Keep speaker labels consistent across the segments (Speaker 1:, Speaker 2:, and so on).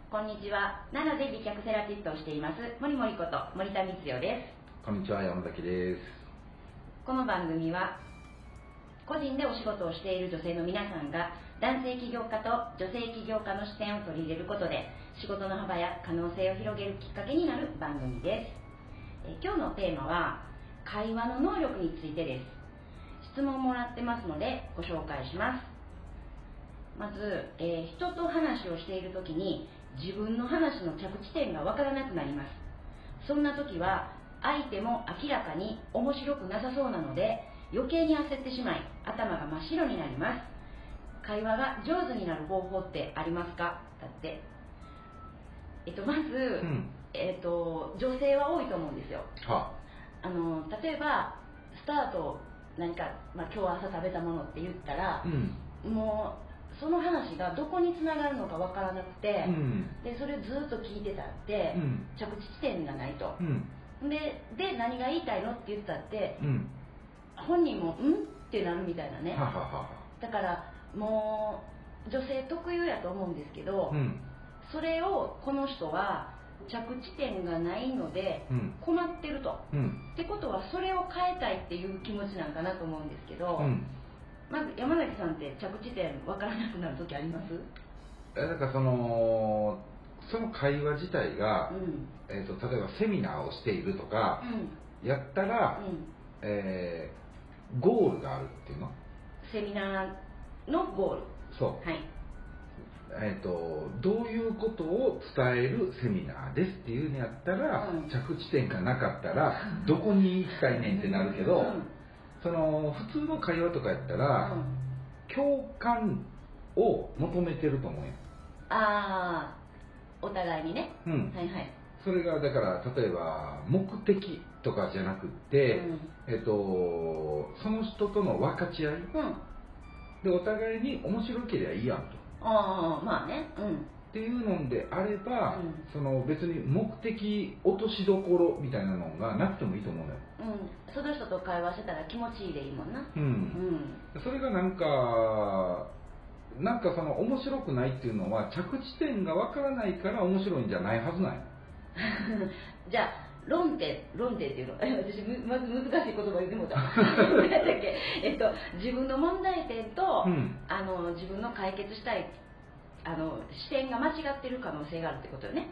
Speaker 1: こんにちは。奈良で美脚セラピストをしています森森こと森田光代です。
Speaker 2: こんにちは、山崎です。
Speaker 1: この番組は個人でお仕事をしている女性の皆さんが男性起業家と女性起業家の視点を取り入れることで仕事の幅や可能性を広げるきっかけになる番組です。今日のテーマは会話の能力についてです。質問をもらってますのでご紹介します。まず、人と話をしているときに自分の話の着地点がわからなくなります。そんな時は相手も明らかに面白くなさそうなので余計に焦ってしまい頭が真っ白になります。会話が上手になる方法ってありますか？だって、まず、女性は多いと思うんですよ。例えばスタート何か、今日朝食べたものって言ったら、もうその話がどこにつながるのかわからなくて、でそれをずっと聞いてたって、着地地点がないと、で何が言いたいのって言ったって、本人も「ん?」ってなるみたいなね。だからもう女性特有やと思うんですけど、それをこの人は着地点がないので困ってると、ってことはそれを変えたいっていう気持ちなんかなと思うんですけど、まず山崎さんって着地点分からなくなる時あります？
Speaker 2: だからその会話自体が、例えばセミナーをしているとか、やったら、ゴールがあるっていうの？
Speaker 1: セミナーのゴール。
Speaker 2: そう。
Speaker 1: はい。
Speaker 2: どういうことを伝えるセミナーですっていうのやったら、着地点がなかったらどこに行きたいねんってなるけど、その普通の会話とかやったら、共感を求めてると思うよ。
Speaker 1: お互いにね。はいはい。
Speaker 2: それがだから例えば目的とかじゃなくて、その人との分かち合い、でお互いに面白ければいいやんと。
Speaker 1: まあね。
Speaker 2: っていうのであれば、その別に目的落としどころみたいなのがなくてもいいと思うのよ。
Speaker 1: その人と会話してたら気持ちいいでいいもんな。
Speaker 2: それがなんかその面白くないっていうのは着地点がわからないから面白いんじゃないはずない。
Speaker 1: じゃあ論点っていうの私まず難しい言葉言ってもうた何だっけ、自分の問題点と、自分の解決したい視点が間違ってる可能性があるってことよね。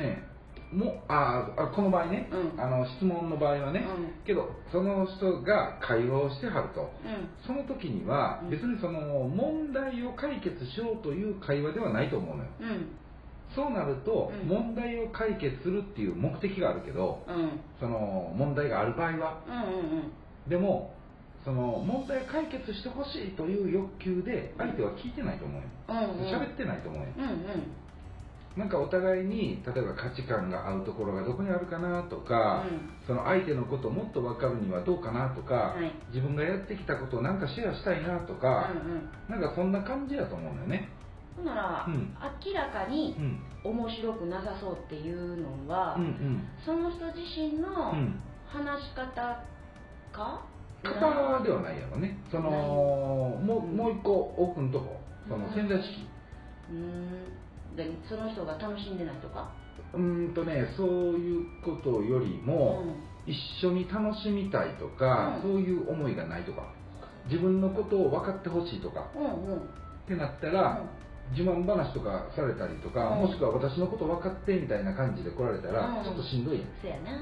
Speaker 2: この場合ね、質問の場合はね、けどその人が会話をしてはると、その時には別にその問題を解決しようという会話ではないと思うのよ。そうなると、問題を解決するっていう目的があるけど、その問題がある場合は、でもその問題を解決してほしいという欲求で相手は聞いてないと思うよ。喋ってないと思うよ。なんかお互いに例えば価値観が合うところがどこにあるかなとか、その相手のことをもっと分かるにはどうかなとか、自分がやってきたことをなんかシェアしたいなとか、なんかそんな感じだと思うのよね。
Speaker 1: ほんなら、明らかに面白くなさそうっていうのは、その人自身の話し方か？
Speaker 2: 方ではないやろね。そのもう一個奥のとこ、その潜在意識。
Speaker 1: でその人が楽しんでないとか？
Speaker 2: そういうことよりも、一緒に楽しみたいとか、そういう思いがないとか、自分のことを分かってほしいとか、ってなったら、自慢話とかされたりとか、もしくは私のこと分かってみたいな感じで来られたら、ちょっとしんどいやん。
Speaker 1: せやな。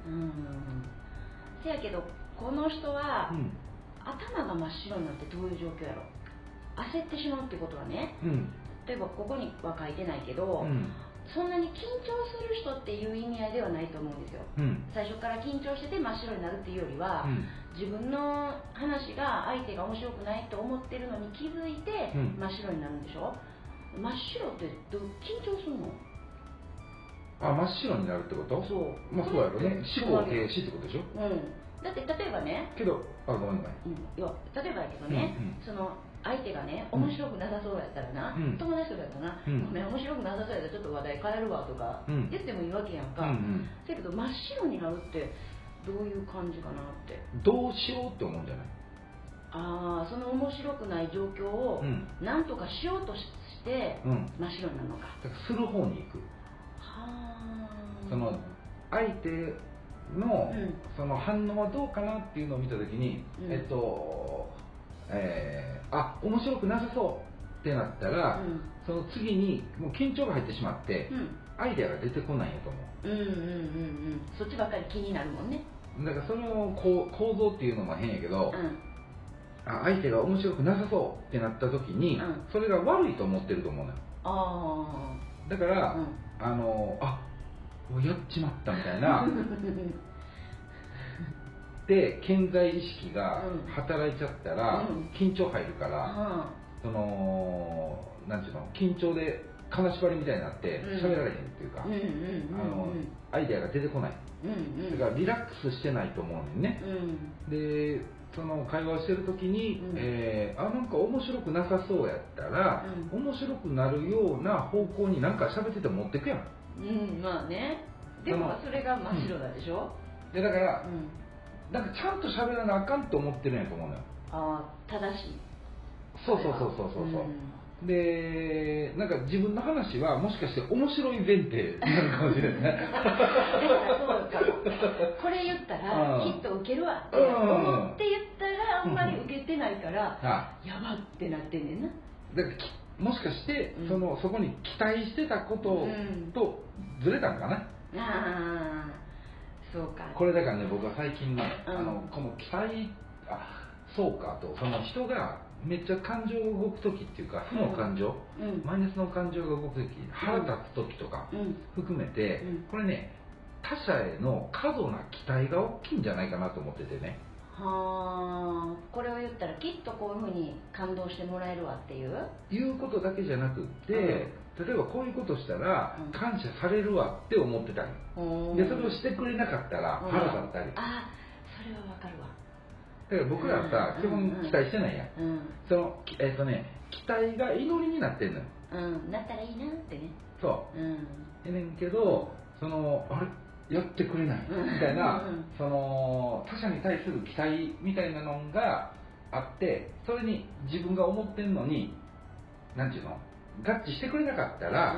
Speaker 1: せやけどこの人は、頭が真っ白になってどういう状況やろ。焦ってしまうってことはね、例えばここには書いてないけど、そんなに緊張する人っていう意味合いではないと思うんですよ。最初から緊張してて真っ白になるっていうよりは、自分の話が相手が面白くないと思ってるのに気づいて真っ白になるんでしょ。真っ白って緊張するの？
Speaker 2: 真っ白になるってこと？そうやろね。思考停止ってことでしょ。
Speaker 1: だって例えばね、
Speaker 2: けどごめん
Speaker 1: 例えばやけどね、その相手がね面白くなさそうやったらな、友達とかやったらな、ごめん面白くなさそうやったらちょっと話題変えるわとか言ってもいいわけやんか。だけど真っ白になるってどういう感じかなって。
Speaker 2: どうしようって思うんじゃない？
Speaker 1: その面白くない状況を何とかしようとしして真っ白なのか、
Speaker 2: だからする方に行く。その相手のその反応はどうかなっていうのを見たときに、面白くなさそうってなったら、その次にもう緊張が入ってしまって、アイデアが出てこないんやと思う。
Speaker 1: そっちばっかり気になるもんね。
Speaker 2: だからその構造っていうのも変やけど、相手が面白くなさそうってなった時に、それが悪いと思ってると思うのよ。だから、やっちまったみたいなで潜在意識が働いちゃったら、緊張入るから、そのなんていうの、緊張で金縛りみたいになって喋られへんっていうか、アイデアが出てこない。だからリラックスしてないと思うねんね。でその会話をしてる時に、なんか面白くなさそうやったら、面白くなるような方向に何か喋ってて持ってくやん。
Speaker 1: まあね。でもそれが真っ白だでしょ。
Speaker 2: でだから、なんかちゃんと喋らなあかんと思ってるんやと思うのよ。
Speaker 1: 正しい。
Speaker 2: そう。でなんか自分の話はもしかして面白い前提なのかもしれない。
Speaker 1: だからそうかも。これ言ったらきっとウケるわって思って言ったらあんまりウケてないからやばってなってんねんな。
Speaker 2: だからもしかしてそこに期待してたこととずれたんかな。
Speaker 1: そうか。
Speaker 2: これだからね、僕は最近ね、この期待そうかと、その人がめっちゃ感情が動く時っていうか、負の感情、マイナスの感情が動く時、腹立つ時とか含めて、これね、他者への過度な期待が大きいんじゃないかなと思っててね。
Speaker 1: これを言ったらきっとこういうふうに感動してもらえるわっていう
Speaker 2: ことだけじゃなくって、例えばこういうことしたら感謝されるわって思ってたり、でそれをしてくれなかったら腹立ったり。
Speaker 1: それはわかるわ。
Speaker 2: だから僕らさ、基本期待してないやん。その期待が祈りになってんのよ。
Speaker 1: なったらいいなってね。
Speaker 2: そうねんけど、あれやってくれないみたいな、その他者に対する期待みたいなのがあって、それに自分が思ってんのに、なんていうの、合致してくれなかったら、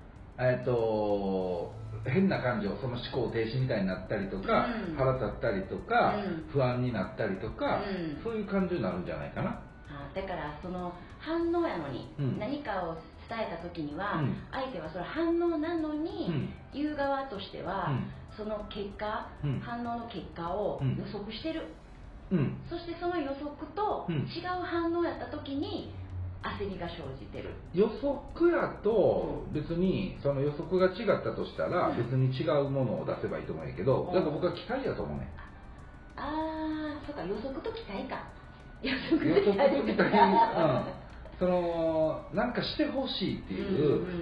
Speaker 2: 変な感情、その思考停止みたいになったりとか、腹立ったりとか、不安になったりとか、そういう感情になるんじゃないかな。
Speaker 1: だからその反応やのに、何かを伝えた時には、相手はそれ反応なのに、言う側としては、その結果、反応の結果を予測してる。そしてその予測と違う反応やった時に焦りが生じてる。
Speaker 2: 予測やと別にその予測が違ったとしたら別に違うものを出せばいいと思うんやけど、だから僕は期待やと思うね。
Speaker 1: そうか、予測と期待か。予
Speaker 2: 測と期待、そのなんかしてほしいっていう、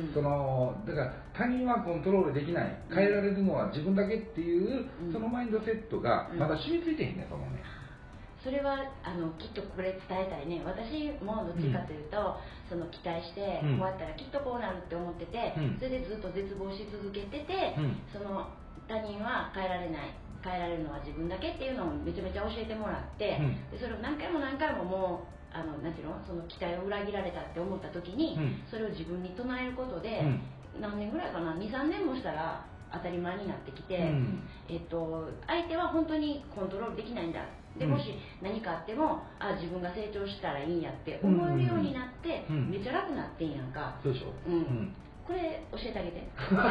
Speaker 2: そのだから他人はコントロールできない、変えられるのは自分だけっていう、そのマインドセットがまだ染みついてへんねんと思うね。
Speaker 1: それはきっとこれ伝えたいね。私もどっちかというと、その期待してこうやったらきっとこうなるって思ってて、それでずっと絶望し続けてて、その他人は変えられない、変えられるのは自分だけっていうのをめちゃめちゃ教えてもらって、でそれを何回も何回ももうなんていうの、その期待を裏切られたって思った時に、それを自分に唱えることで、何年ぐらいかな、2、3年もしたら当たり前になってきて、相手は本当にコントロールできないんだ。でもし何かあっても自分が成長したらいいんやって思えるようになって、めっちゃ楽になってんやんか。
Speaker 2: そうでしょ。
Speaker 1: これ教えてあげて。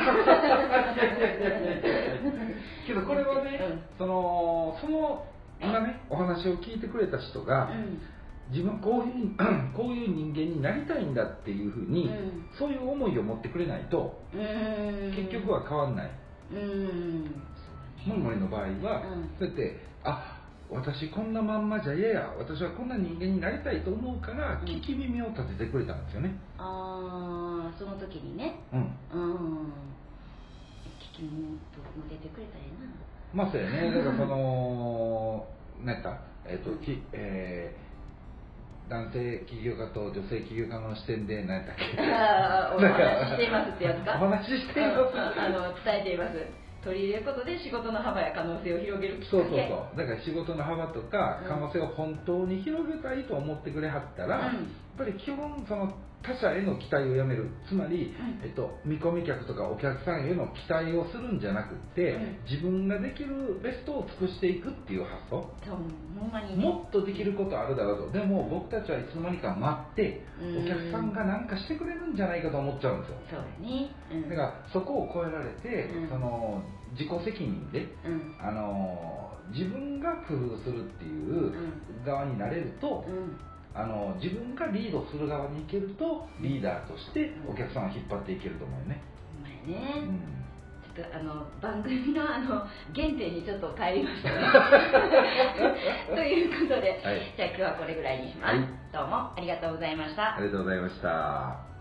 Speaker 2: けどこれはね、その今ねお話を聞いてくれた人が、自分こういう人間になりたいんだっていうふうに、そういう思いを持ってくれないと結局は変わんない。モリモリの場合は、そうやって私こんなまんまじゃ嫌や、私はこんな人間になりたいと思うから聞き耳を立ててくれたんですよね。
Speaker 1: その時にね。聞き耳を立ててくれたらええな。
Speaker 2: そうやね。だからその何やった男性起業家と女性起業家の視点で何やったっけ。
Speaker 1: お話ししていますってやつか。
Speaker 2: お話ししています。
Speaker 1: 伝えています。取り入れることで仕事の幅や可能性を広げるきっかけ。
Speaker 2: だから仕事の幅とか可能性を本当に広げたいと思ってくれはったら、やっぱり基本その他者への期待をやめる、つまり、見込み客とかお客さんへの期待をするんじゃなくって、自分ができるベストを尽くしていくっていう発想。
Speaker 1: ほんまにね、
Speaker 2: もっとできることあるだろうと。でも僕たちはいつの間にか待ってお客さんが何かしてくれるんじゃないかと思っちゃうんですよ。
Speaker 1: そうだね、
Speaker 2: だからそこを超えられて、その自己責任で、自分が工夫するっていう側になれると、自分がリードする側に行けるとリーダーとしてお客さんを引っ張っていけると思うよね。
Speaker 1: ほんまやね、ちょっと番組の原点にちょっと帰りましたねということで、じゃあ今日はこれぐらいにします、どうもありがとうございました。
Speaker 2: ありがとうございました。